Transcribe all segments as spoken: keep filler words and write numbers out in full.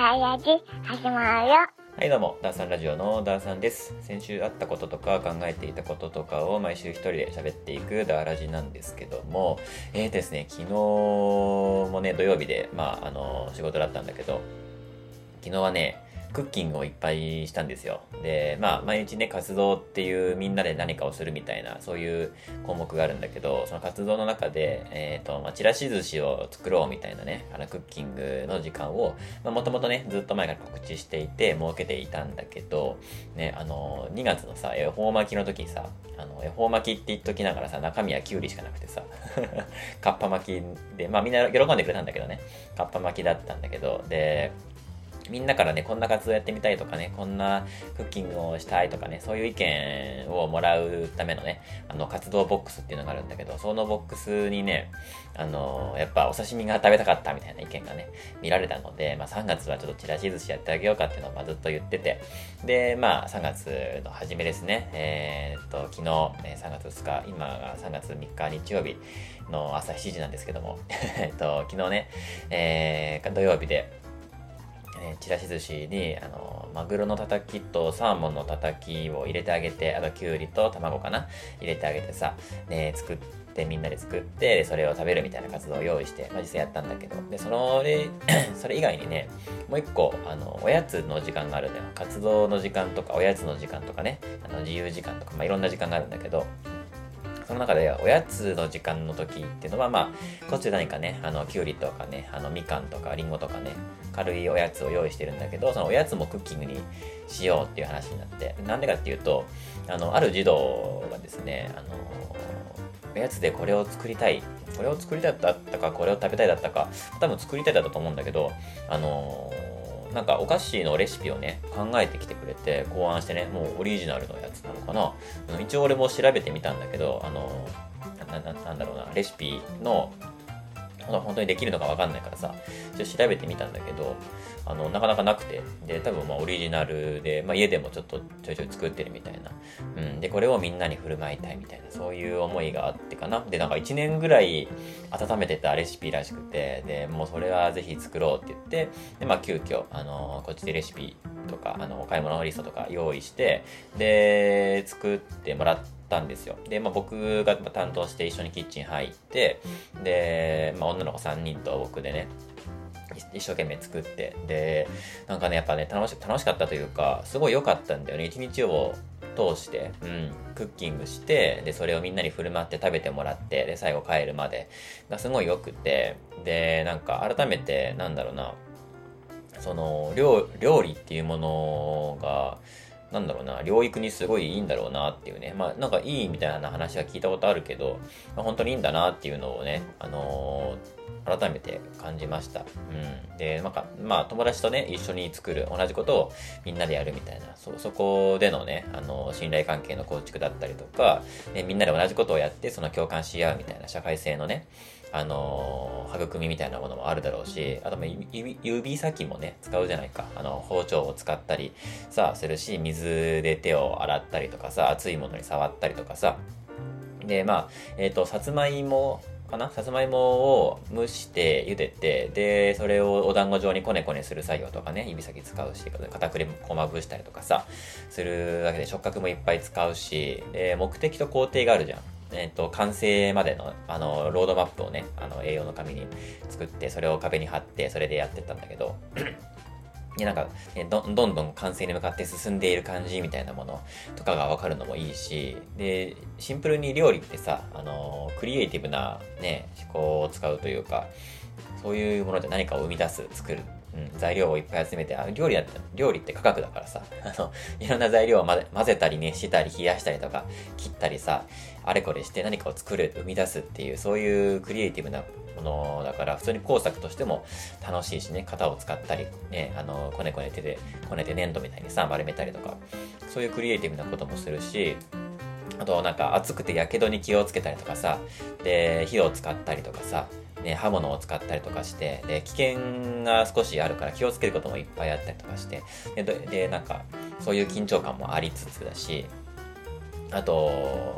ダイヤジ始まるよ。 はいどうも、ダーさんラジオのダーさんです。先週あったこととか考えていたこととかを毎週一人で喋っていくダーラジなんですけども、えーですね、昨日もね、土曜日で、まあ、あの、仕事だったんだけど、昨日はね、クッキングをいっぱいしたんですよ。で、まあ、毎日ね、活動っていうみんなで何かをするみたいな、そういう項目があるんだけど、その活動の中で、えっと、まあ、ちらし寿司を作ろうみたいなね、あの、クッキングの時間を、まあ、もともとね、ずっと前から告知していて、設けていたんだけど、ね、あの、にがつのさ、恵方巻きの時にさ、あの、恵方巻きって言っときながらさ、中身はキュウリしかなくてさ、かっぱ巻きで、まあみんな喜んでくれたんだけどね、かっぱ巻きだったんだけど、で、みんなからね、こんな活動やってみたいとかね、こんなクッキングをしたいとかね、そういう意見をもらうためのね、あの、活動ボックスっていうのがあるんだけど、そのボックスにね、あの、やっぱお刺身が食べたかったみたいな意見がね、見られたので、まあさんがつはちょっとちらし寿司やってあげようかっていうのをまあずっと言ってて、で、まあさんがつの初めですね、えー、っと、昨日、さんがつふつか、今がさんがつみっか日曜日の朝しちじなんですけども、えっと、昨日ね、えー、土曜日で、ちらし寿司にあのマグロのたたきとサーモンのたたきを入れてあげて、あときゅうりと卵かな入れてあげてさ、ね、作ってみんなで作ってそれを食べるみたいな活動を用意して、まあ、実際やったんだけど、でそのれそれ以外にね、もう一個あのおやつの時間があるんだよ。活動の時間とかおやつの時間とかね、あの自由時間とか、まあ、いろんな時間があるんだけど、その中でおやつの時間の時っていうのは、まあこっちで何かね、あのきゅうりとかね、あのみかんとかりんごとかね、軽いおやつを用意してるんだけど、そのおやつもクッキングにしようっていう話になって、なんでかっていうと、あのある児童がですね、あのおやつでこれを作りたい、これを作りたいだったか、これを食べたいだったか、多分作りたいだったと思うんだけど、あのなんかお菓子のレシピをね、考えてきてくれて、考案してね、もうオリジナルのやつなのかな。一応俺も調べてみたんだけど、あの、な、な、なんだろうな、レシピの、本当にできるのかわかんないからさ、ちょっと調べてみたんだけど、あの、なかなかなくて、で、多分まあオリジナルで、まあ家でもちょっとちょいちょい作ってるみたいな。うん。で、これをみんなに振る舞いたいみたいな、そういう思いがあってかな。で、なんかいちねんぐらい温めてたレシピらしくて、で、もうそれはぜひ作ろうって言って、で、まあ急遽、あの、こっちでレシピとか、あの、お買い物リストとか用意して、で、作ってもらって、たんですよ。で、まあ、僕が担当して一緒にキッチン入って、で、まあ、女の子さんにんと僕でね、一生懸命作って、で、なんかね、やっぱね、楽し、楽しかったというか、すごい良かったんだよね。一日を通して、うん、クッキングして、で、それをみんなに振る舞って食べてもらって、で、最後帰るまでがすごい良くて、で、なんか改めて、なんだろうな、その、料、料理っていうものが、なんだろうな、療育にすごいいいんだろうなっていうね。まあ、なんかいいみたいな話は聞いたことあるけど、まあ、本当にいいんだなっていうのをね、あのー、改めて感じました。うん。で、なんか、まあ、友達とね、一緒に作る、同じことをみんなでやるみたいな、そ、そこでのね、あのー、信頼関係の構築だったりとか、ね、みんなで同じことをやって、その共感し合うみたいな社会性のね、あのー、育みみたいなものもあるだろうし、あと指、指先もね、使うじゃないか。あの、包丁を使ったりさ、するし、水で手を洗ったりとかさ、熱いものに触ったりとかさ。で、まあ、えっと、さつまいも、かなさつまいもを蒸して茹でて、で、それをお団子状にコネコネする作業とかね、指先使うし、片栗粉まぶしたりとかさ、するわけで触覚もいっぱい使うし、で、目的と工程があるじゃん。えっと、完成までの、あの、ロードマップをね、あの、エーヨー の紙に作って、それを壁に貼って、それでやってったんだけど、で、なんか、ね、ど、どんどん完成に向かって進んでいる感じみたいなものとかがわかるのもいいし、で、シンプルに料理ってさ、あの、クリエイティブなね、思考を使うというか、そういうもので何かを生み出す、作る。うん、材料をいっぱい集めて、あ料理だ料理って科学だからさ、あの、いろんな材料を混ぜ混ぜたり熱したり冷やしたりとか、切ったりさ、あれこれして何かを作る、生み出すっていう、そういうクリエイティブなものだから、普通に工作としても楽しいしね、型を使ったり、ね、あの、こねこね手で、こねて粘土みたいにさ、丸めたりとか、そういうクリエイティブなこともするし、あとなんか熱くて火傷に気をつけたりとかさ、で、火を使ったりとかさ、ね、刃物を使ったりとかして、で、危険が少しあるから気をつけることもいっぱいあったりとかして、で、でなんか、そういう緊張感もありつつだし、あと、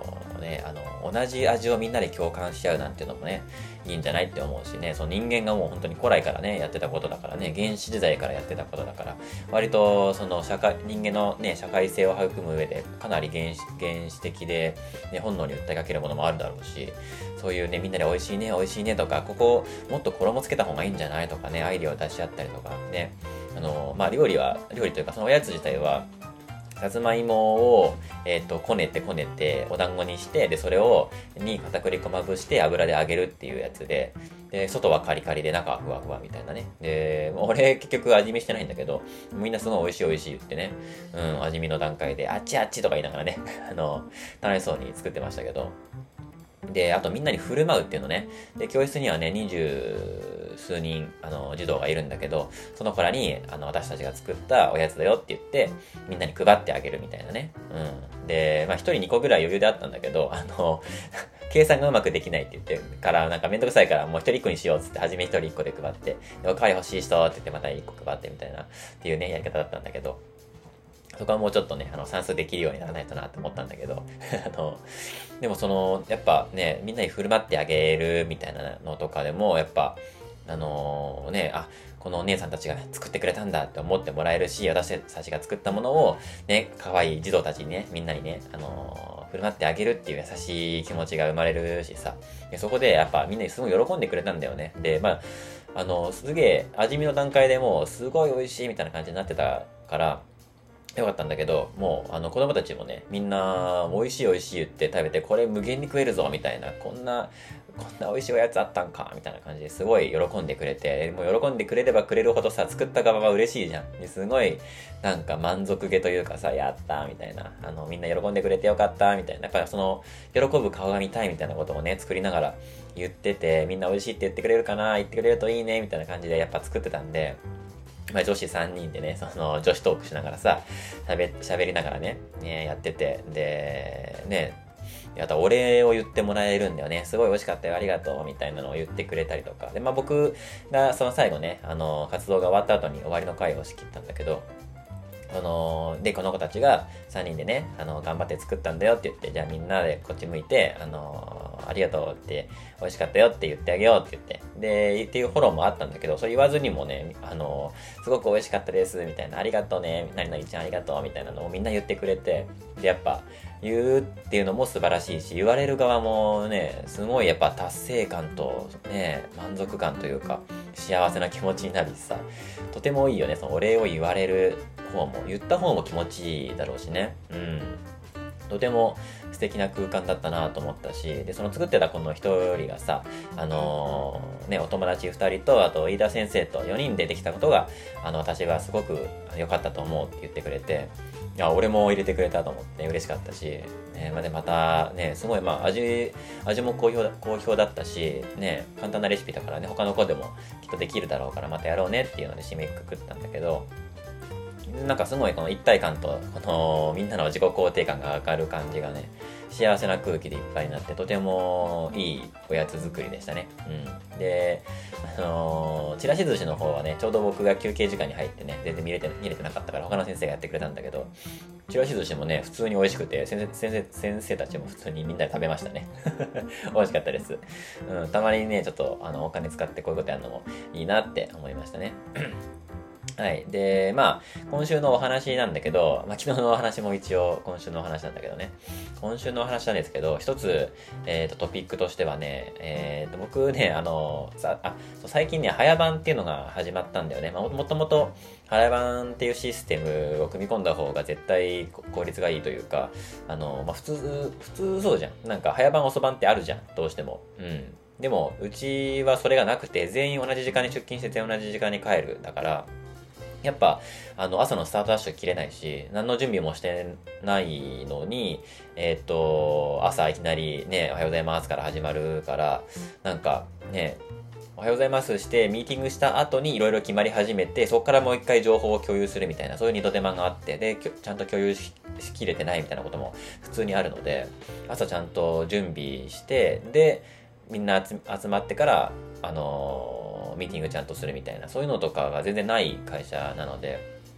ね、あの、同じ味をみんなで共感し合うなんていうのもね、いいんじゃないって思うしね、その人間がもう本当に古来からね、やってたことだからね、原始時代からやってたことだから、割とその社会、人間のね、社会性を育む上でかなり原始、原始的で、ね、本能に訴えかけるものもあるだろうし、そういうね、みんなで美味しいね、美味しいねとか、ここもっと衣つけた方がいいんじゃないとかね、アイディアを出し合ったりとかね、あの、まあ、料理は、料理というかそのおやつ自体は、さつまいもを、えっと、こねてこねて、お団子にして、で、それを、に片栗粉まぶして油で揚げるっていうやつで、で、外はカリカリで中はふわふわみたいなね。で、俺結局味見してないんだけど、みんなすごい美味しい美味しい言ってね、うん、味見の段階で、あっちあっちとか言いながらね、あの、楽しそうに作ってましたけど、で、あとみんなに振る舞うっていうのね。で、教室にはね、二十数人、あの、児童がいるんだけど、その子らに、あの、私たちが作ったおやつだよって言って、みんなに配ってあげるみたいなね。うん。で、まあ、一人二個ぐらい余裕であったんだけど、あの、計算がうまくできないって言ってから、なんかめんどくさいから、もう一人一個にしようっつって、初め一人一個で配って、でおかわり欲しい人って言って、また一個配ってみたいな、っていうね、やり方だったんだけど、そこはもうちょっとね、あの、算数できるようにならないとなって思ったんだけど、あの、でもその、やっぱね、みんなに振る舞ってあげるみたいなのとかでも、やっぱ、あのー、ね、あ、このお姉さんたちが作ってくれたんだって思ってもらえるし、私たちが作ったものを、ね、可愛い児童たちにね、みんなにね、あのー、振る舞ってあげるっていう優しい気持ちが生まれるしさ、でそこでやっぱみんなにすごい喜んでくれたんだよね。で、まあ、あの、すげえ、味見の段階でもう、すごい美味しいみたいな感じになってたから、よかったんだけど、もう、あの、子供たちもね、みんな、美味しい美味しい言って食べて、これ無限に食えるぞ、みたいな、こんな、こんな美味しいおやつあったんか、みたいな感じですごい喜んでくれて、もう喜んでくれればくれるほどさ、作った側は嬉しいじゃん。ですごい、なんか満足げというかさ、やったみたいな、あの、みんな喜んでくれてよかったみたいな、やっぱりその、喜ぶ顔が見たいみたいなことをね、作りながら言ってて、みんな美味しいって言ってくれるかな、言ってくれるといいね、みたいな感じでやっぱ作ってたんで、まあ、女子さんにんでね、その女子トークしながらさ、喋、喋りながらね、ね、やってて、で、ね、あとお礼を言ってもらえるんだよね。すごい美味しかったよ、ありがとう、みたいなのを言ってくれたりとか。で、まあ僕がその最後ね、あの、活動が終わった後に終わりの会を仕切ったんだけど、あので、この子たちがさんにんでね、あの、頑張って作ったんだよって言って、じゃあみんなでこっち向いて、あのありがとうって、美味しかったよって言ってあげようって言って、で、っていうフォローもあったんだけど、それ言わずにもね、あのすごく美味しかったです、みたいな、ありがとうね、何々ちゃんありがとう、みたいなのをみんな言ってくれて、で、やっぱ、言うっていうのも素晴らしいし、言われる側もね、すごいやっぱ達成感とね、満足感というか、幸せな気持ちになるしさ、とてもいいよね、そのお礼を言われる方も、言った方も気持ちいいだろうしね。うん。とても素敵な空間だったなと思ったし、で、その作ってたこの一人がさ、あのー、ね、お友達二人と、あと飯田先生とよにんでできたことが、あの、私はすごく良かったと思うって言ってくれて、いや、俺も入れてくれたと思って嬉しかったし、ね、まあ、で、またね、すごい、まあ、味、味も好評だ、好評だったし、ね、簡単なレシピだからね、他の子でもきっとできるだろうから、またやろうねっていうので締めくくったんだけど、なんかすごいこの一体感と、このみんなの自己肯定感が上がる感じがね、幸せな空気でいっぱいになって、とてもいいおやつ作りでしたね。うん。で、あのー、ちらし寿司の方はね、ちょうど僕が休憩時間に入ってね、全然見れて、見れてなかったから他の先生がやってくれたんだけど、ちらし寿司もね、普通に美味しくて、先生、先生、先生たちも普通にみんなで食べましたね。美味しかったです。うん、たまにね、ちょっと、あの、お金使ってこういうことやるのもいいなって思いましたね。はい。で、まあ、今週のお話なんだけど、まあ、昨日のお話も一応今週のお話なんだけどね。今週のお話なんですけど、一つ、えっと、トピックとしてはね、えっと、僕ね、あの、さ、あ、そう最近ね、早番っていうのが始まったんだよね。まあ、ももともと、早番っていうシステムを組み込んだ方が絶対効率がいいというか、あの、まあ、普通、普通そうじゃん。なんか、早番遅番ってあるじゃん。どうしても。うん。でも、うちはそれがなくて、全員同じ時間に出勤して全員同じ時間に帰る。だから、やっぱ、あの、朝のスタートダッシュ切れないし、何の準備もしてないのに、えっと、朝いきなりね、おはようございますから始まるから、なんかね、おはようございますして、ミーティングした後にいろいろ決まり始めて、そこからもう一回情報を共有するみたいな、そういう二度手間があって、で、ちゃんと共有しきれてないみたいなことも普通にあるので、朝ちゃんと準備して、で、みんな集まってから、あのー、ミーティングちゃんとするみたいな、そういうのとかが全然ない会社なので、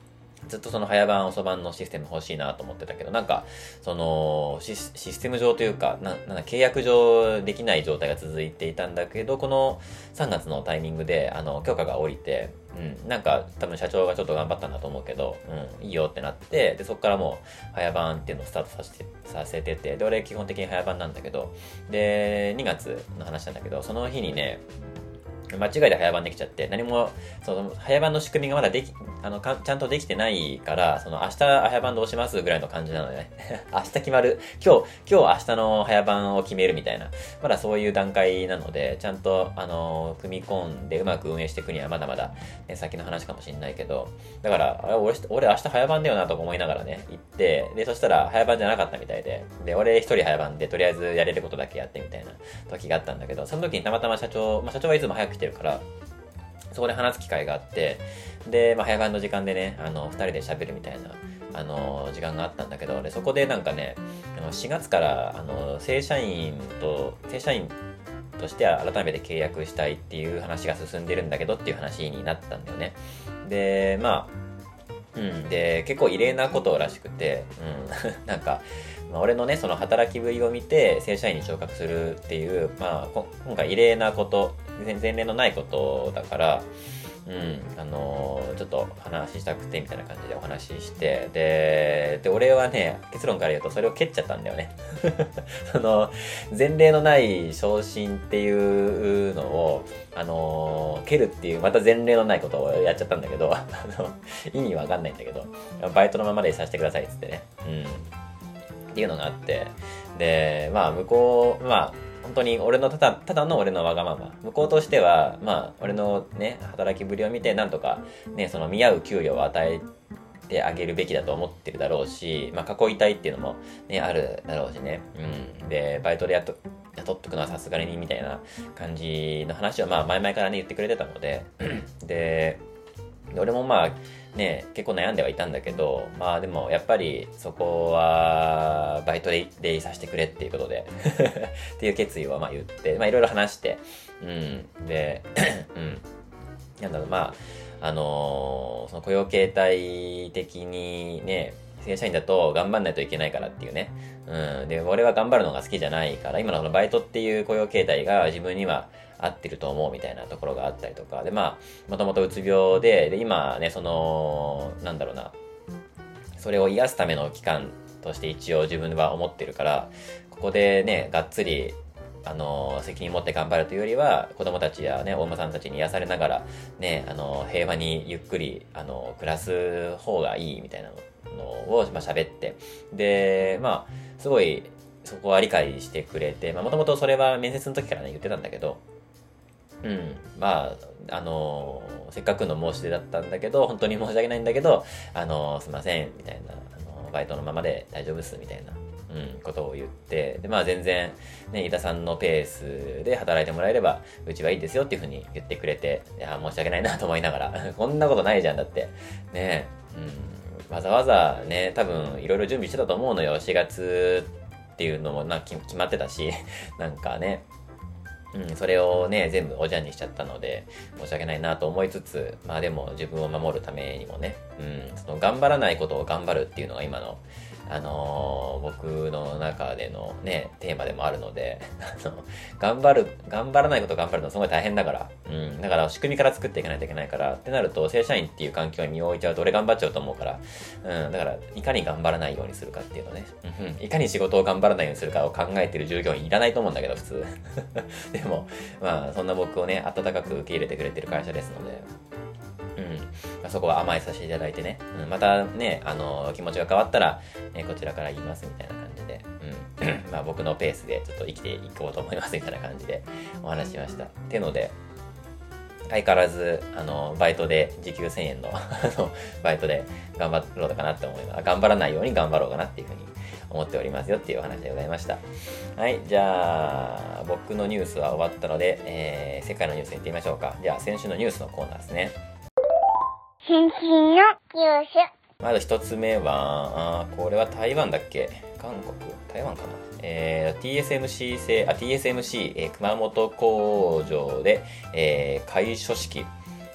ずっとその早番遅番のシステム欲しいなと思ってたけど、なんかそのシス、システム上というかな、なんか契約上できない状態が続いていたんだけど、このさんがつのタイミングであの許可が下りて、うん、なんか多分社長がちょっと頑張ったんだと思うけど、うん、いいよってなって、でそこからもう早番っていうのをスタートさせてさせてて、で俺基本的に早番なんだけど、でにがつの話なんだけど、その日にね、間違いで早番できちゃって、何も、その、早番の仕組みがまだでき、あの、かちゃんとできてないから、その、明日早番どうしますぐらいの感じなのでね。明日決まる。今日、今日明日の早番を決めるみたいな。まだそういう段階なので、ちゃんと、あの、組み込んでうまく運営していくにはまだまだ、ね、先の話かもしれないけど、だから、あれ俺、俺明日早番だよなとか思いながらね、行って、で、そしたら早番じゃなかったみたいで、で、俺一人早番で、とりあえずやれることだけやってみたいな時があったんだけど、その時にたまたま社長、まあ、社長はいつも早く来てるから、そこで話す機会があって、で、まあ、早番の時間でね、あの、二人で喋るみたいな、あの、時間があったんだけど、で、そこでなんかね、あのしがつから、あの、正社員と、正社員としては改めて契約したいっていう話が進んでるんだけどっていう話になったんだよね。で、まあ、うん、で、結構異例なことらしくて、うん、なんか、まあ、俺のね、その働きぶりを見て、正社員に昇格するっていう、まあ、今回異例なこと、前例のないことだから、うん、あのー、ちょっと話したくてみたいな感じでお話しして、で、で、俺はね、結論から言うとそれを蹴っちゃったんだよね。その、前例のない昇進っていうのを、あのー、蹴るっていう、また前例のないことをやっちゃったんだけど、あの、意味わかんないんだけど、バイトのままでさせてくださいっつってね。うん。っていうのがあって、で、まあ、向こう、まあ、本当に俺のただ、ただの俺のわがまま。向こうとしては、まあ、俺のね、働きぶりを見て、なんとか、ね、その見合う給与を与えてあげるべきだと思ってるだろうし、まあ、囲いたいっていうのもね、あるだろうしね。うん。で、バイトでやっと、雇っとくのはさすがにみたいな感じの話を、まあ、前々からね、言ってくれてたので、で、俺もまあ、ね、結構悩んではいたんだけど、まあでもやっぱりそこはバイトででいさせてくれっていうことでっていう決意をまあ言って、まあいろいろ話して、うん、で、うん、なんだろう、まあ、あのーその雇用形態的にね、正社員だと頑張んないといけないからっていうね。うん。で、俺は頑張るのが好きじゃないから、今のそのバイトっていう雇用形態が自分には合ってると思うみたいなところがあったりとか。で、まあ、もともとうつ病で、で、今ね、その、なんだろうな、それを癒すための期間として一応自分は思ってるから、ここでね、がっつり、あの、責任持って頑張るというよりは、子供たちやね、お馬さんたちに癒されながら、ね、あの、平和にゆっくり、あの、暮らす方がいいみたいなのを、まあ、喋って、で、まあ、すごい、そこは理解してくれて、まあ、もともとそれは面接の時からね、言ってたんだけど、うん、まあ、あの、せっかくの申し出だったんだけど、本当に申し訳ないんだけど、あの、すいません、みたいな、あの、バイトのままで大丈夫っす、みたいな。うん、ことを言って、で、まあ全然、ね、井田さんのペースで働いてもらえれば、うちはいいですよっていうふうに言ってくれて、いや、申し訳ないなと思いながら、こんなことないじゃん、だって。ね、うん、わざわざね、多分いろいろ準備してたと思うのよ。しがつっていうのもなんか決まってたし、なんかね、うん、それをね、全部おじゃんにしちゃったので、申し訳ないなと思いつつ、まあでも自分を守るためにもね、うん、その頑張らないことを頑張るっていうのが今の、あのー、僕の中でのね、テーマでもあるので、あの、頑張る、頑張らないことを頑張るのはすごい大変だから、うん、だから仕組みから作っていかないといけないから、ってなると、正社員っていう環境に身を置いちゃうと俺頑張っちゃうと思うから、うん、だから、いかに頑張らないようにするかっていうのね、うん、いかに仕事を頑張らないようにするかを考えてる従業員いらないと思うんだけど、普通。でも、まあ、そんな僕をね、温かく受け入れてくれてる会社ですので、うん、まあ、そこは甘えさせていただいてね、うん、またね、あの、気持ちが変わったら、ね、こちらから言いますみたいな感じで、うん、まあ僕のペースでちょっと生きていこうと思いますみたいな感じでお話ししました。っていうので、相変わらず、あの、バイトで、時給せんえんの、あの、バイトで頑張ろうかなって思います。頑張らないように頑張ろうかなっていうふうに思っておりますよっていうお話でございました。はい、じゃあ、僕のニュースは終わったので、えー、世界のニュースに行ってみましょうか。じゃあ、先週のニュースのコーナーですね。 先週のニュース。 まず一つ目は、あこれは台湾だっけ韓国台湾かなえー、ティーエスエムシー 製、あ、ティーエスエムシー、えー、熊本工場で、えー、開所式、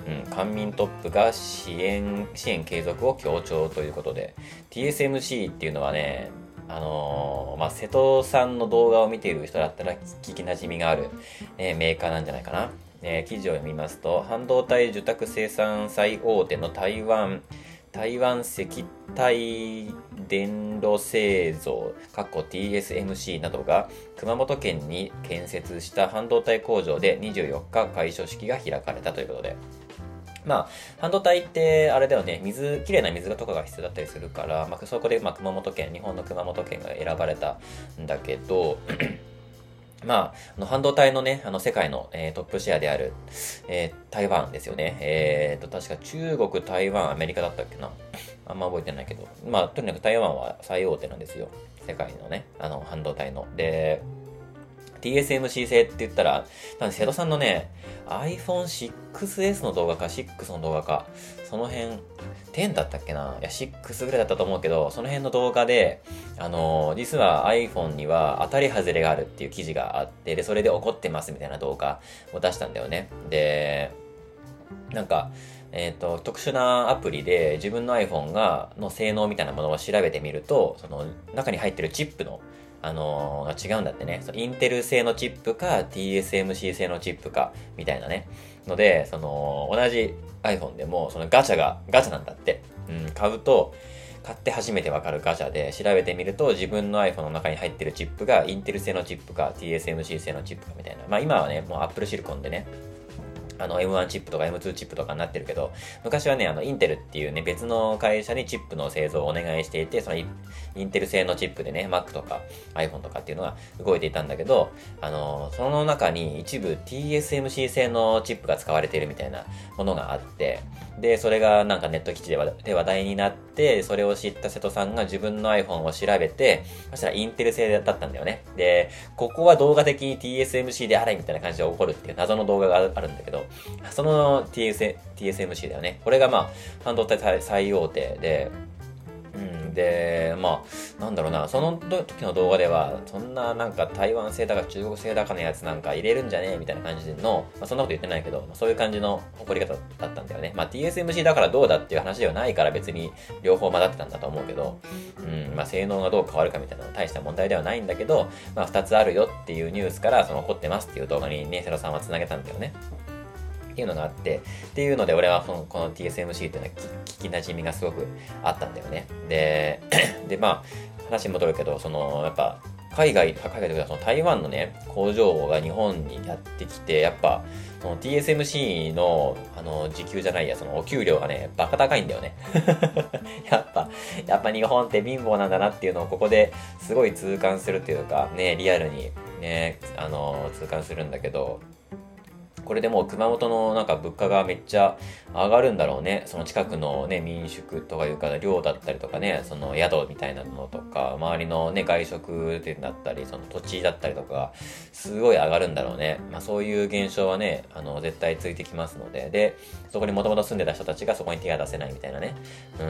うん、官民トップが支援、支援継続を強調ということで、ティーエスエムシー っていうのはね、あのー、まあ、瀬戸さんの動画を見ている人だったら聞き馴染みがある、えー、メーカーなんじゃないかな。えー、記事を読みますと、半導体受託生産最大手の台湾、台湾石体電路製造、ティーエスエムシー などが熊本県に建設した半導体工場でにじゅうよっか開所式が開かれたということで、まあ、半導体ってあれだよね、水、きれいな水とかが必要だったりするから、まあ、そこで、まあ、熊本県、日本の熊本県が選ばれたんだけど、まあ、あの半導体のね、あの世界の、えー、トップシェアである、えー、台湾ですよね。えーと、確か中国、台湾、アメリカだったっけな。あんま覚えてないけど。まあ、とにかく台湾は最大手なんですよ。世界のね、あの、半導体の。で、ティーエスエムシー 製って言ったら、多分瀬戸さんのね、アイフォンシックスエス の動画か、シックスの動画か、その辺、テンだったっけな、いや、シックスぐらいだったと思うけど、その辺の動画で、あのー、実は iPhone には当たり外れがあるっていう記事があって、で、それで怒ってますみたいな動画を出したんだよね。で、なんか、えっと、特殊なアプリで自分の iPhone が、の性能みたいなものを調べてみると、その中に入ってるチップの、あのー、違うんだってね。インテル製のチップか ティーエスエムシー 製のチップかみたいなね。ので、その同じ iPhone でもそのガチャがガチャなんだって。うん、買うと買って初めてわかるガチャで調べてみると自分の iPhone の中に入ってるチップがインテル製のチップか ティーエスエムシー 製のチップかみたいな。まあ今はね、もう Apple Silicon でね。あの エムワン チップとか エムツー チップとかになってるけど、昔はね、あの、インテルっていうね、別の会社にチップの製造をお願いしていて、そのインテル製のチップでね、Mac とか iPhone とかっていうのが動いていたんだけど、あの、その中に一部 ティーエスエムシー 製のチップが使われているみたいなものがあって、で、それがなんかネット記事で話題になって、それを知った瀬戸さんが自分の iPhone を調べて、そしたらインテル製だったんだよね。で、ここは動画的に ティーエスエムシー であれみたいな感じで起こるっていう謎の動画があるんだけど、その ティーエスティーエスエムシー だよね。これがまあ、半導体最大手で、うん、で、まあ、なんだろうな、その時の動画では、そんななんか台湾製だか中国製だかのやつなんか入れるんじゃねえみたいな感じの、まあ、そんなこと言ってないけど、そういう感じの怒り方だったんだよね。まあ ティーエスエムシー だからどうだっていう話ではないから別に両方混ざってたんだと思うけど、うん、まあ性能がどう変わるかみたいなのは大した問題ではないんだけど、まあふたつあるよっていうニュースから、その怒ってますっていう動画にね、セロさんは繋げたんだよね。っていうのがあって、っていうので俺はこの、この ティーエスエムシー っていうのは聞き馴染みがすごくあったんだよね。で、で、まあ、話戻るけど、その、やっぱ、海外、海外というか、その台湾のね、工場が日本にやってきて、やっぱ、その ティーエスエムシー の、あの、時給じゃないや、そのお給料がね、バカ高いんだよね。やっぱ、やっぱ日本って貧乏なんだなっていうのをここですごい痛感するっていうか、ね、リアルにね、あの、痛感するんだけど、これでもう熊本のなんか物価がめっちゃ上がるんだろうね。その近くのね、民宿とかいうか、寮だったりとかね、その宿みたいなのとか、周りのね、外食店だったり、その土地だったりとか、すごい上がるんだろうね。まあそういう現象はね、あの、絶対ついてきますので、で、そこにもともと住んでた人たちがそこに手が出せないみたいなね、うん、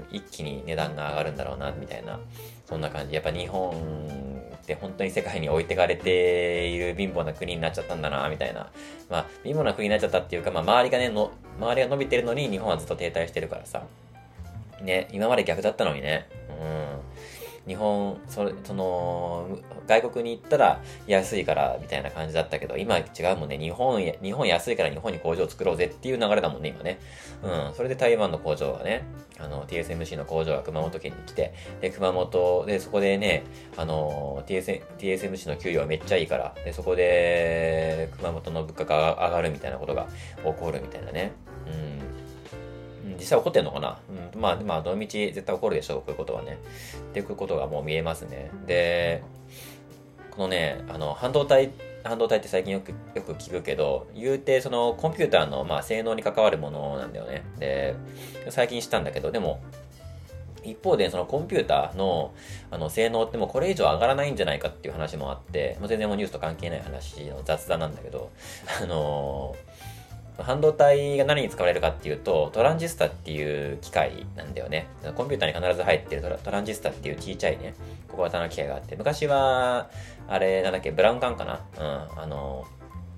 一気に値段が上がるんだろうな、みたいな、そんな感じ。やっぱ日本って本当に世界に置いてかれている貧乏な国になっちゃったんだな、みたいな。まあ、貧乏な国になっちゃったっていうか、まあ、周りがね、の、周りが伸びてるのに日本はずっと停滞してるからさ。ね、今まで逆だったのにね。うん。日本、それ、その、外国に行ったら安いからみたいな感じだったけど、今違うもんね。日本、日本安いから日本に工場を作ろうぜっていう流れだもんね、今ね。うん。それで台湾の工場がね、あの、ティーエスエムシー の工場が熊本県に来て、で、熊本で、そこでね、あの、ティーエスエムシー の給与はめっちゃいいから、で、そこで、熊本の物価が上がるみたいなことが起こるみたいなね。うん。実際起こってんのかな、うん、まあ、まあ、どの道絶対起こるでしょう、こういうことはね。っていうことがもう見えますね。で、このね、あの、半導体、半導体って最近よく、よく聞くけど、言うて、その、コンピューターの、まあ、性能に関わるものなんだよね。で、最近知ったんだけど、でも、一方で、そのコンピューターの、あの、性能ってもうこれ以上上がらないんじゃないかっていう話もあって、もう全然もうニュースと関係ない話の雑談なんだけど、あのー、半導体が何に使われるかっていうと、トランジスタっていう機械なんだよね。コンピューターに必ず入ってるトラ、トランジスタっていう小さいね、小型の機械があって、昔は、あれ、なんだっけ、ブラウン管かなうん、あの、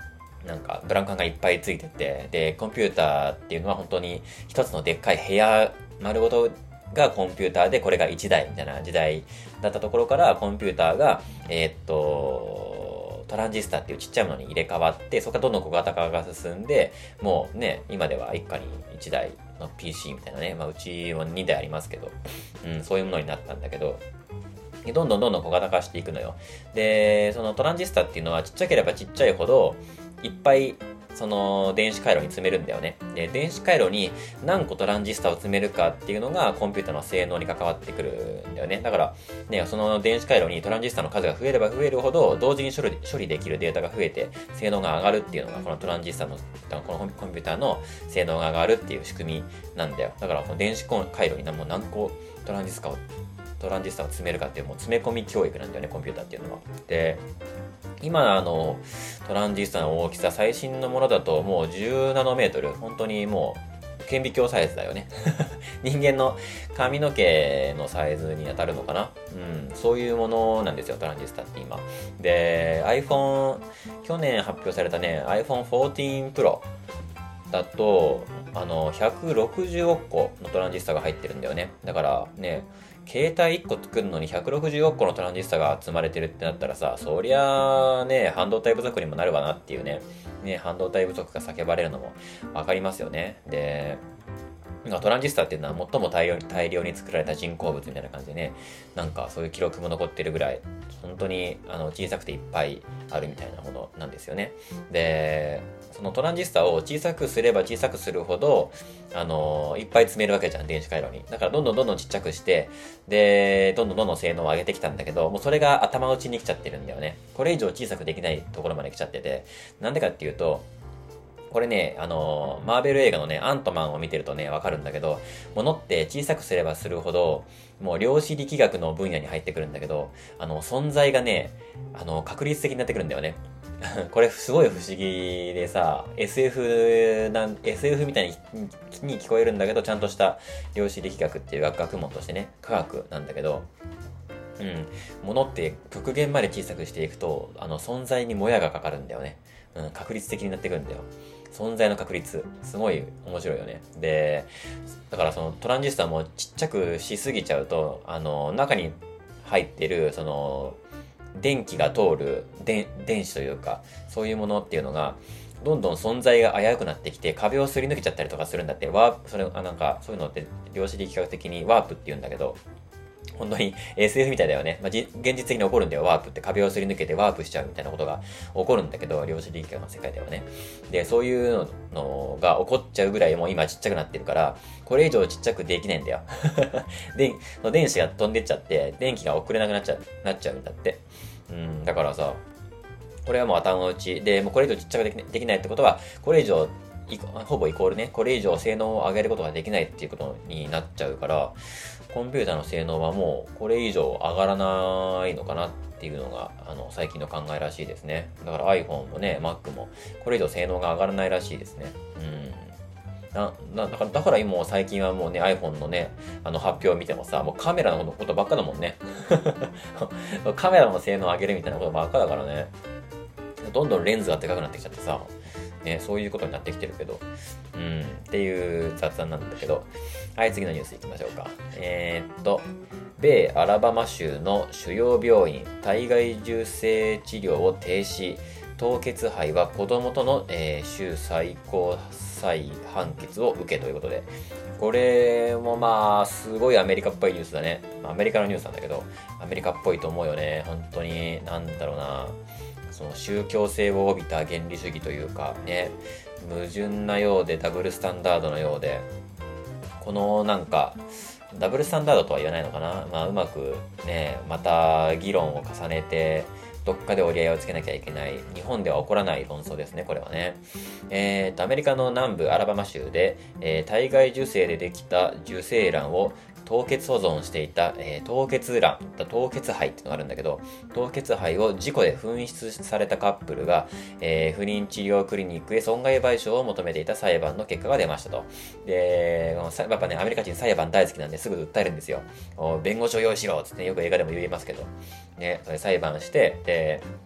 なんかブランカンがいっぱいついてて、で、コンピューターっていうのは本当に一つのでっかい部屋丸ごとがコンピューターで、これがいちだいみたいな時代だったところから、コンピューターが、えー、っと、トランジスタっていうちっちゃいものに入れ替わって、そこからどんどん小型化が進んで、もうね、今では一家にいちだいの ピーシー みたいなね、まあうちはにだいありますけど、うん、そういうものになったんだけど、どんどんどんどん小型化していくのよ。で、そのトランジスタっていうのはちっちゃければちっちゃいほど、いっぱいその電子回路に詰めるんだよね。で、電子回路に何個トランジスタを詰めるかっていうのがコンピューターの性能に関わってくるんだよね。だから、ね、その電子回路にトランジスタの数が増えれば増えるほど、同時に処理処理できるデータが増えて、性能が上がるっていうのが、このトランジスタの、このコンピューターの性能が上がるっていう仕組みなんだよ。だから、この電子回路にもう何個トランジスタをトランジスタを詰めるかっていうもう詰め込み教育なんだよね、コンピューターっていうのは。で、今あのトランジスタの大きさ、最新のものだともうじゅうナノメートル、本当にもう顕微鏡サイズだよね。人間の髪の毛のサイズに当たるのかな、うん、そういうものなんですよ、トランジスタって今。で、iPhone、去年発表されたね、アイフォンフォーティーンプロ だと、あの、ひゃくろくじゅうおくこのトランジスタが入ってるんだよね。だからね、携帯いっこ作るのにひゃくろくじゅうおくこのトランジスタが積まれてるってなったらさ、そりゃあね、半導体不足にもなるわなっていうね、ね、半導体不足が叫ばれるのもわかりますよね。で、トランジスタっていうのは最も大量に大量に作られた人工物みたいな感じでね、なんかそういう記録も残ってるぐらい、本当にあの小さくていっぱいあるみたいなものなんですよね。で、そのトランジスタを小さくすれば小さくするほど、あの、いっぱい詰めるわけじゃん、電子回路に。だからどんどんどんどんちっちゃくして、で、どんどんどんどん性能を上げてきたんだけど、もうそれが頭打ちに来ちゃってるんだよね。これ以上小さくできないところまで来ちゃってて、なんでかっていうと、これね、あのー、マーベル映画のね、アントマンを見てるとね、わかるんだけど、物って小さくすればするほど、もう量子力学の分野に入ってくるんだけど、あの、存在がね、あの、確率的になってくるんだよね。これすごい不思議でさ、エスエフ なん、エスエフ みたいにに聞こえるんだけど、ちゃんとした量子力学っていう学学問としてね、科学なんだけど、うん。物って極限まで小さくしていくと、あの、存在にもやがかかるんだよね。うん、確率的になってくるんだよ。存在の確率。すごい面白いよね。で、だからそのトランジスタもちっちゃくしすぎちゃうと、あの、中に入ってる、その、電気が通る電電子というか、そういうものっていうのが、どんどん存在が危うくなってきて、壁をすり抜けちゃったりとかするんだって、ワープ、それ、あ、なんか、そういうのって量子力学的にワープって言うんだけど、本当に エスエフ みたいだよね。まあ、現実的に起こるんだよ。ワープって壁をすり抜けてワープしちゃうみたいなことが起こるんだけど、量子力学の世界ではね。で、そういうのが起こっちゃうぐらいもう今ちっちゃくなってるから、これ以上ちっちゃくできないんだよ。で、電子が飛んでっちゃって、電気が送れなくなっちゃう、なっちゃうんだって。うん、だからさ、これはもう頭打ちで、もうこれ以上ちっちゃくできない、できないってことは、これ以上ほぼイコールね、これ以上性能を上げることができないっていうことになっちゃうから、コンピューターの性能はもうこれ以上上がらないのかなっていうのが、あの、最近の考えらしいですね。だから iPhone もね、Mac もこれ以上性能が上がらないらしいですね。うん。な、な、だから、だから今最近はもうね、iPhone のね、あの発表を見てもさ、もうカメラのことばっかだもんね。カメラの性能を上げるみたいなことばっかだからね。どんどんレンズがでかくなってきちゃってさ、ね、そういうことになってきてるけど、うん、っていう雑談なんだけど、はい、次のニュースいきましょうか。えー、っと、米アラバマ州の主要病院、体外受精治療を停止、凍結肺は子供との、えー、州最高裁判決を受けということで、これもまあ、すごいアメリカっぽいニュースだね。アメリカのニュースなんだけど、アメリカっぽいと思うよね。本当に、なんだろうな。その宗教性を帯びた原理主義というかね、矛盾なようでダブルスタンダードのようで、このなんかダブルスタンダードとは言わないのかな、まあうまくね、また議論を重ねてどっかで折り合いをつけなきゃいけない、日本では起こらない論争ですね、これはね。えーとアメリカの南部アラバマ州で、えー、体外受精でできた受精卵を凍結保存していた、えー、凍結卵、凍結肺っていうのがあるんだけど、凍結肺を事故で紛失されたカップルが、えー、不妊治療クリニックへ損害賠償を求めていた裁判の結果が出ましたと。で、やっぱね、アメリカ人裁判大好きなんですぐ訴えるんですよ。弁護士を用意しろっつって、ね、よく映画でも言いますけど。ね、それ裁判して、で、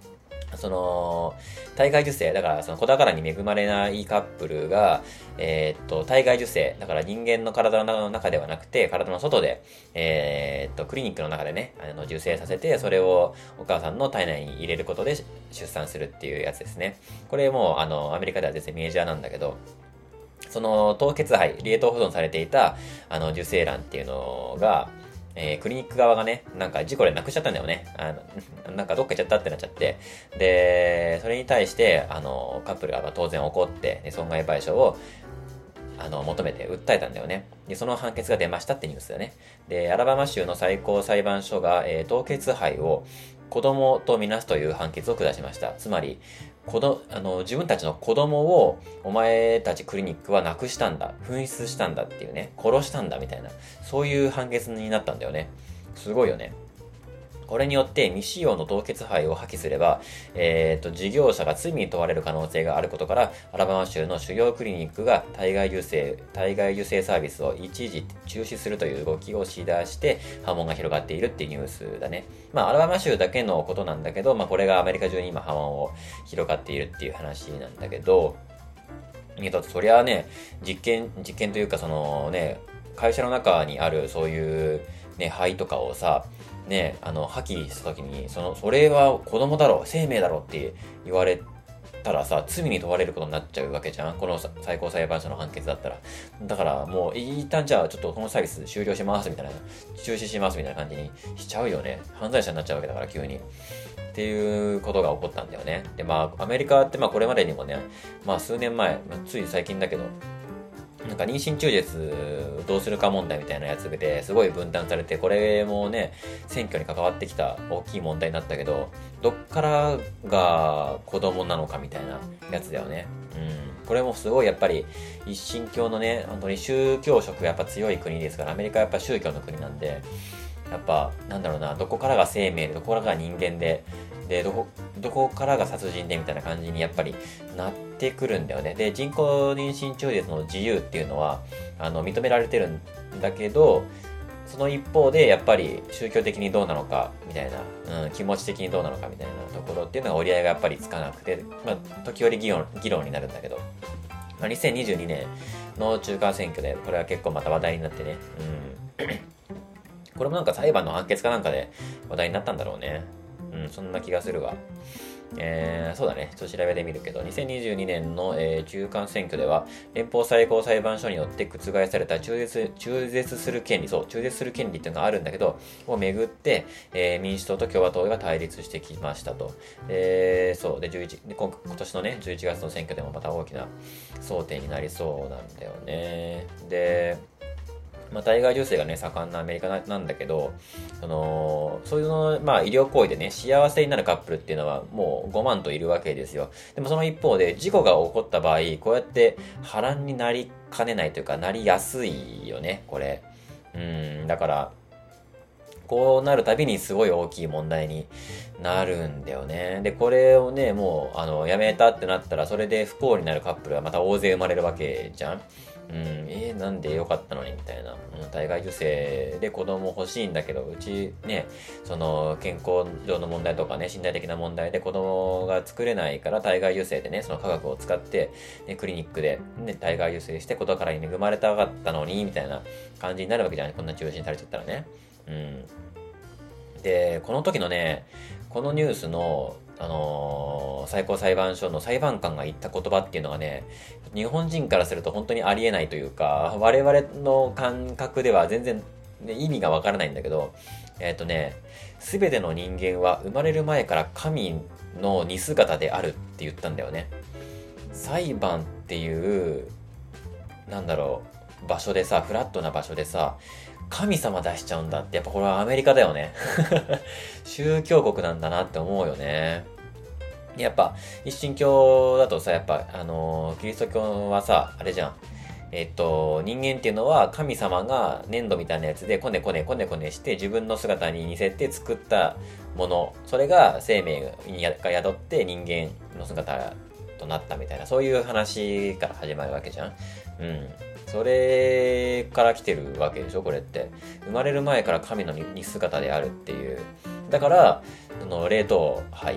その、体外受精、だからその子宝に恵まれないカップルが、えーっと、体外受精、だから人間の体の中ではなくて、体の外で、えーっと、クリニックの中でね、あの、受精させて、それをお母さんの体内に入れることで出産するっていうやつですね。これも、あの、アメリカでは全然メジャーなんだけど、その、凍結肺、冷凍保存されていた、あの、受精卵っていうのが、えー、クリニック側がね、なんか事故でなくしちゃったんだよね。あの、なんかどっか行っちゃったってなっちゃって。で、それに対して、あの、カップルが当然怒って、で損害賠償を、あの、求めて訴えたんだよね。で、その判決が出ましたってニュースだね。で、アラバマ州の最高裁判所が、えー、凍結肺を子供とみなすという判決を下しました。つまり、子どあの自分たちの子供をお前たちクリニックはなくしたんだ、紛失したんだっていうね、殺したんだみたいな、そういう判決になったんだよね。すごいよね。これによって未使用の凍結肺を破棄すれば、えっと、事業者が罪に問われる可能性があることから、アラバマ州の主要クリニックが体外受精、体外受精サービスを一時中止するという動きをしだして、波紋が広がっているっていうニュースだね。まあ、アラバマ州だけのことなんだけど、まあ、これがアメリカ中に今波紋を広がっているっていう話なんだけど、えっと、そりゃあね、実験、実験というかそのね、会社の中にあるそういうね、肺とかをさ、ね、あの、破棄した時に、その、それは子供だろ、生命だろって言われたらさ、罪に問われることになっちゃうわけじゃん。この最高裁判所の判決だったら。だからもう、一旦じゃあちょっとこのサービス終了しますみたいな、中止しますみたいな感じにしちゃうよね。犯罪者になっちゃうわけだから、急に。っていうことが起こったんだよね。で、まあ、アメリカってまあこれまでにもね、まあ数年前、つい最近だけど、なんか妊娠中絶どうするか問題みたいなやつですごい分断されて、これもね、選挙に関わってきた大きい問題になったけど、どっからが子供なのかみたいなやつだよね。うん。これもすごいやっぱり一神教のね、本当に宗教色がやっぱ強い国ですから、アメリカはやっぱ宗教の国なんで、やっぱなんだろうな、どこからが生命で、どこからが人間で、で、どこ、どこからが殺人でみたいな感じにやっぱりなってくるんだよね。で、人工妊娠中絶の自由っていうのは、あの、認められてるんだけど、その一方で、やっぱり宗教的にどうなのか、みたいな、うん、気持ち的にどうなのか、みたいなところっていうのが折り合いがやっぱりつかなくて、まあ、時折議論、議論になるんだけど、まあ、にせんにじゅうにねんの中間選挙で、これは結構また話題になってね、うん。これもなんか裁判の判決かなんかで話題になったんだろうね。うん、そんな気がするわ。えー、そうだね。ちょっと調べてみるけど、にせんにじゅうにねんの、えー、中間選挙では、連邦最高裁判所によって覆された中絶、中絶する権利、そう、中絶する権利っていうのがあるんだけど、をめぐって、えー、民主党と共和党が対立してきましたと。えー、そう。で、じゅういち、で今今年のね、じゅういちがつの選挙でもまた大きな争点になりそうなんだよね。で、まあ、体外受精がね、盛んなアメリカなんだけど、その、そういうの、まあ、医療行為でね、幸せになるカップルっていうのはもうごまんといるわけですよ。でもその一方で、事故が起こった場合、こうやって波乱になりかねないというか、なりやすいよね、これ。うん、だから、こうなるたびにすごい大きい問題になるんだよね。で、これをね、もう、あの、やめたってなったら、それで不幸になるカップルはまた大勢生まれるわけじゃん。うん、えー、なんでよかったのにみたいな。うん、体外受精で子供欲しいんだけど、うちね、その健康上の問題とかね、身体的な問題で子供が作れないから体外受精でね、その科学を使って、ね、クリニックで、ね、体外受精して子宝に恵まれたかったのに、みたいな感じになるわけじゃない。こんな中止にされちゃったらね。うん。で、この時のね、このニュースの、あのー最高裁判所の裁判官が言った言葉っていうのがね、日本人からすると本当にありえないというか、我々の感覚では全然、ね、意味がわからないんだけど、えっとね、すべての人間は生まれる前から神の似姿であるって言ったんだよね。裁判っていう、なんだろう、場所でさ、フラットな場所でさ、神様出しちゃうんだって、やっぱこれはアメリカだよね。宗教国なんだなって思うよね。やっぱ、一神教だとさ、やっぱ、あのーキリスト教はさ、あれじゃん。えっと、人間っていうのは神様が粘土みたいなやつでこねこねこねこねして自分の姿に似せて作ったもの。それが生命が宿って人間の姿となったみたいな、そういう話から始まるわけじゃん。うん。それから来てるわけでしょ、これって。生まれる前から神の似姿であるっていう。だから、その冷凍肺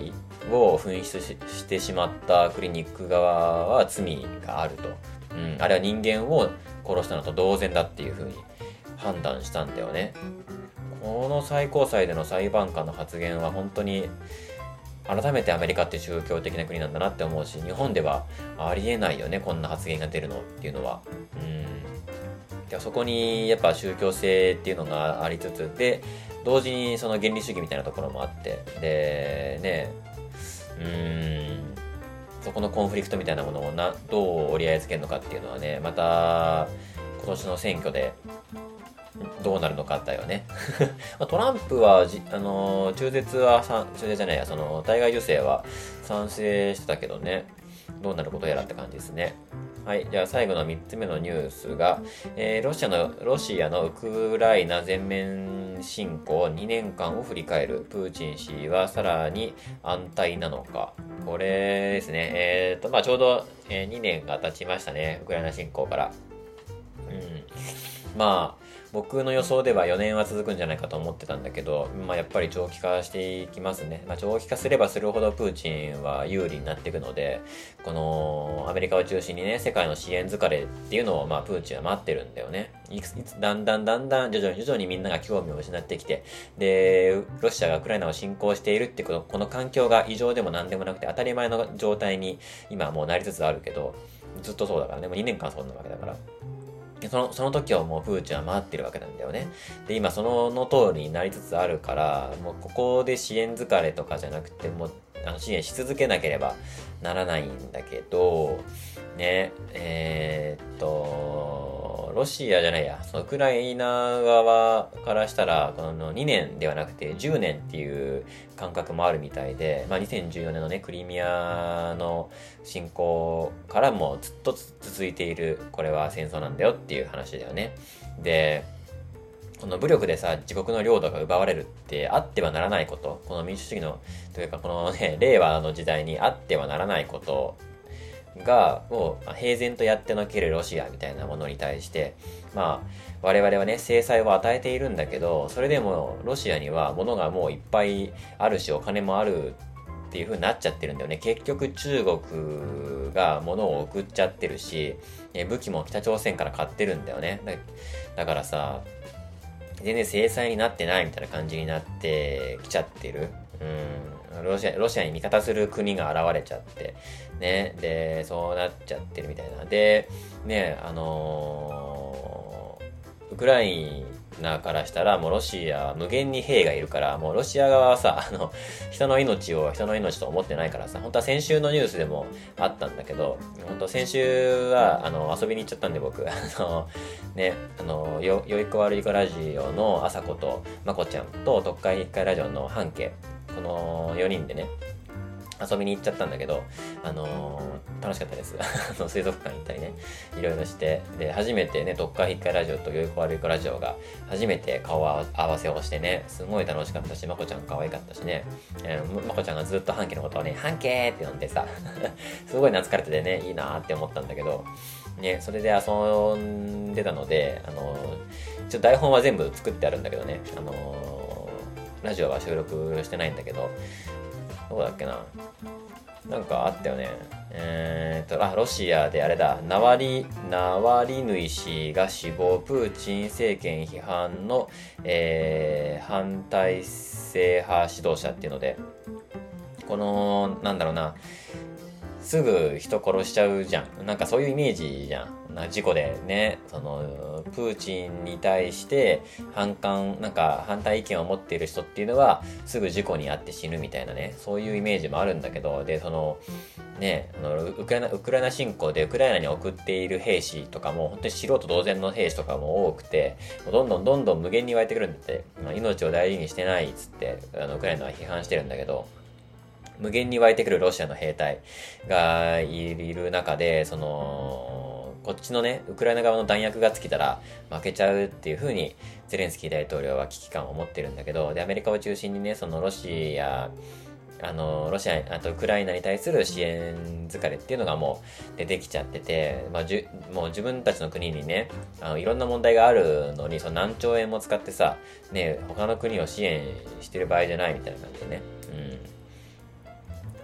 を紛失 し, してしまったクリニック側は罪があると、うん、あれは人間を殺したのと同然だっていうふうに判断したんだよね。この最高裁での裁判官の発言は本当に改めてアメリカって宗教的な国なんだなって思うし、日本ではありえないよね、こんな発言が出るのっていうのは。うん。でそこにやっぱ宗教性っていうのがありつつで、同時にその原理主義みたいなところもあって、で、ね、うーん、そこのコンフリクトみたいなものをなどう折り合いつけるのかっていうのはね、また今年の選挙でどうなるのかだよね。トランプはじ、あのー、中絶はさ、中絶じゃないや、その、体外受精は賛成してたけどね、どうなることやらって感じですね。はい。じゃあ最後のみっつめのニュースが、えー、ロシアの、ロシアのウクライナ全面侵攻にねんかんを振り返る。プーチン氏はさらに安泰なのか。これですね。えーと、まあちょうど、えー、にねんが経ちましたね。ウクライナ侵攻から。うん。まあ、僕の予想ではよねんは続くんじゃないかと思ってたんだけど、まあやっぱり長期化していきますね。まあ長期化すればするほどプーチンは有利になっていくので、このアメリカを中心にね、世界の支援疲れっていうのをまあプーチンは待ってるんだよね。いつ、いつ、だんだんだんだん徐々に徐々にみんなが興味を失ってきて、で、ロシアがウクライナを侵攻しているってこの、この環境が異常でも何でもなくて当たり前の状態に今もうなりつつあるけど、ずっとそうだからね、もうにねんかんそうなわけだから。その、その時をもうプーチンは待ってるわけなんだよね。で、今そのの通りになりつつあるから、もうここで支援疲れとかじゃなくて、もう、あの支援し続けなければならないんだけど、ね、えー、っと、ロシアじゃないや、そのウクライナ側からしたら、このにねんではなくてじゅうねんっていう感覚もあるみたいで、まあにせんじゅうよねんのね、クリミアの侵攻からもずっと続いている、これは戦争なんだよっていう話だよね。で、この武力でさ、自国の領土が奪われるってあってはならないこと、この民主主義の、というかこのね、令和の時代にあってはならないことが、を平然とやってのけるロシアみたいなものに対して、まあ、我々はね、制裁を与えているんだけど、それでもロシアには物がもういっぱいあるし、お金もあるっていう風になっちゃってるんだよね。結局中国が物を送っちゃってるし、武器も北朝鮮から買ってるんだよね。だ、だからさ、全然制裁になってないみたいな感じになってきちゃってる。うん。ロシア、ロシアに味方する国が現れちゃって、ね。で、そうなっちゃってるみたいな。で、ね、あのー、ウクライナからしたらもうロシア無限に兵がいるから、もうロシア側はさ、あの、人の命を人の命と思ってないからさ、本当は先週のニュースでもあったんだけど、本当先週は、あの、遊びに行っちゃったんで僕、あの、ね、あの、よ、よいこ悪いこラジオの朝子とまこちゃんと特会一回ラジオの半径、このよにんでね、遊びに行っちゃったんだけど、あのー、楽しかったです。あの水族館行ったりね、いろいろして、で、初めてね、特会一回ラジオとよいこ悪いこラジオが、初めて顔合わせをしてね、すごい楽しかったし、まこちゃん可愛かったしね、えー、まこちゃんがずっと半径のことをね、半径って呼んでさ、すごい懐かれててね、いいなーって思ったんだけど、ね、それで遊んでたので、あのー、ちょっと台本は全部作ってあるんだけどね、あのー、ラジオは収録してないんだけど、どこだっけな、なんかあったよね。えーと、あ、ロシアであれだ、ナワリ、ナワリヌイ氏が死亡、プーチン政権批判の、えー、反体制派指導者っていうので、この、なんだろうな、すぐ人殺しちゃうじゃん。なんかそういうイメージじゃん。な事故でね、その、プーチンに対して反感、なんか反対意見を持っている人っていうのは、すぐ事故に遭って死ぬみたいなね、そういうイメージもあるんだけど、で、その、ね、あのウクライナ、ウクライナ侵攻でウクライナに送っている兵士とかも、本当に素人同然の兵士とかも多くて、どんどんどんどん無限に湧いてくるんだって、まあ、命を大事にしてないっつって、あの、ウクライナは批判してるんだけど、無限に湧いてくるロシアの兵隊がいる中で、その、こっちのね、ウクライナ側の弾薬が尽きたら負けちゃうっていう風にゼレンスキー大統領は危機感を持ってるんだけど、で、アメリカを中心にね、そのロシア、あの、ロシア、あとウクライナに対する支援疲れっていうのがもう出てきちゃってて、まあ、じゅもう自分たちの国にね、あのいろんな問題があるのに、その何兆円も使ってさ、ね、他の国を支援してる場合じゃないみたいな感じでね。うん。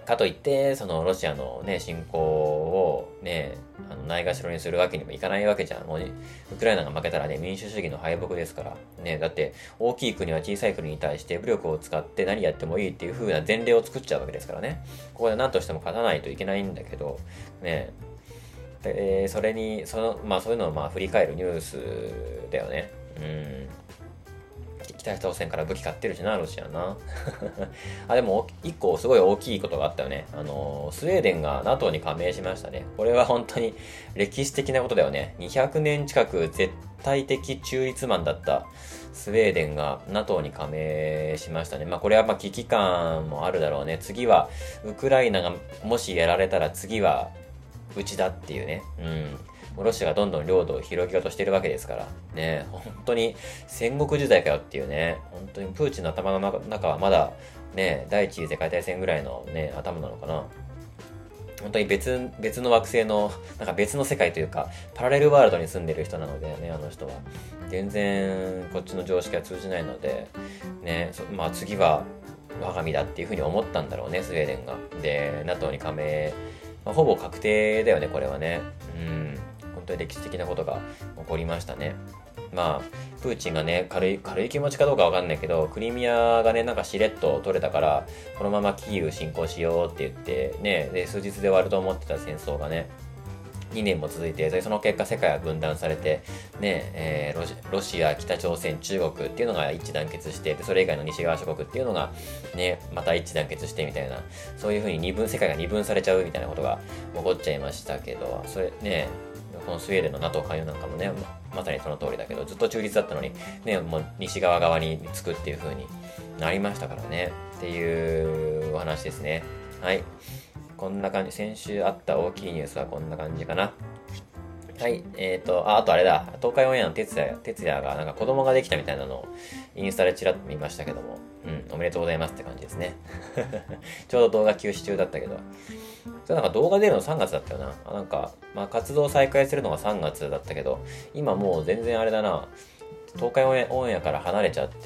かといって、そのロシアのね、侵攻をね、あのないがしろにするわけにもいかないわけじゃん。もう、ね、ウクライナが負けたらね、民主主義の敗北ですから。ね、だって大きい国は小さい国に対して武力を使って何やってもいいっていう風な前例を作っちゃうわけですからね。ここで何としても勝たないといけないんだけど、ね、でそれに、その、まあそういうのをまあ振り返るニュースだよね。うん。北朝鮮から武器買ってるしな、ロシアな。あ、でも、一個すごい大きいことがあったよね。あの、スウェーデンが ナトー に加盟しましたね。これは本当に歴史的なことだよね。にひゃくねん近く絶対的中立マンだったスウェーデンが ナトー に加盟しましたね。まあこれはまあ危機感もあるだろうね。次は、ウクライナがもしやられたら次は、うちだっていうね。うん。ロシアがどんどん領土を広げようとしてるわけですから。ね、本当に戦国時代かよっていうね、本当にプーチンの頭の中はまだね、第一次世界大戦ぐらいのね、頭なのかな。本当に別、別の惑星の、なんか別の世界というか、パラレルワールドに住んでる人なのでね、あの人は。全然こっちの常識は通じないので、ね、まあ次は我が身だっていうふうに思ったんだろうね、スウェーデンが。で、ナトー に加盟、まあ、ほぼ確定だよね、これはね。うん。本当に歴史的なことが起こりましたね。まあ、プーチンがね、軽い、軽い気持ちかどうかわかんないけど、クリミアがね、なんかしれっと取れたから、このままキーウ侵攻しようって言って、ね、で、数日で終わると思ってた戦争がね、にねんも続いて、その結果世界は分断されて、ね、えー、ロシ、ロシア、北朝鮮、中国っていうのが一致団結して、それ以外の西側諸国っていうのが、ね、また一致団結してみたいな、そういう風に二分、世界が二分されちゃうみたいなことが起こっちゃいましたけど、それね、このスウェーデンの ナトー 加入なんかもね、ま、まさにその通りだけど、ずっと中立だったのに、ね、もう西側側につくっていう風になりましたからね、っていうお話ですね。はい。こんな感じ。先週あった大きいニュースはこんな感じかな。はい。えっ、ー、と、あ、あとあれだ。東海オンエアの哲也、哲也がなんか子供ができたみたいなのをインスタでチラッと見ましたけども。うん、おめでとうございますって感じですね。ちょうど動画休止中だったけど。それなんか動画出るのさんがつだったよな。あなんか、まあ活動再開するのがさんがつだったけど、今もう全然あれだな。東海オンエアから離れちゃって、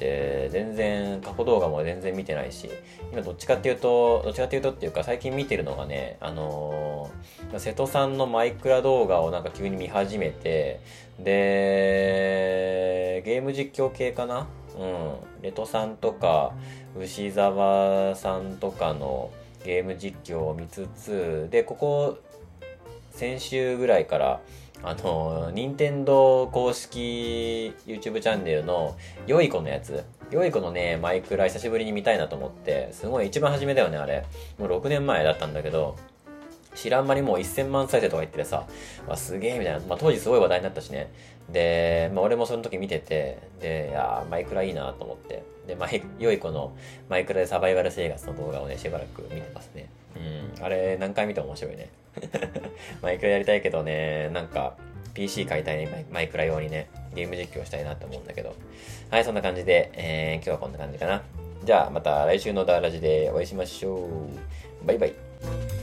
全然過去動画も全然見てないし、今どっちかっていうと、どっちかっていうとっていうか最近見てるのがね、あのー、瀬戸さんのマイクラ動画をなんか急に見始めて、で、ゲーム実況系かな？うん。レトさんとか、牛沢さんとかのゲーム実況を見つつ、で、ここ、先週ぐらいから、あの、任天堂公式 YouTube チャンネルのよい子のやつ。よい子のね、マイクラ久しぶりに見たいなと思って、すごい一番初めだよね、あれ。もうろくねんまえだったんだけど、知らん間にもうせんまん再生とか言っててさ、わすげえみたいな。まあ当時すごい話題になったしね。で、まあ俺もその時見てて、で、いやーマイクラいいなと思って。で、マイ、よい子のマイクラでサバイバル生活の動画をね、しばらく見てますね。うん、あれ何回見ても面白いね。マイクラやりたいけどね、なんか ピーシー 買いたいね、マイクラ用にね、ゲーム実況したいなって思うんだけど。はい、そんな感じで、えー、今日はこんな感じかな。じゃあまた来週のダーラジでお会いしましょう。バイバイ。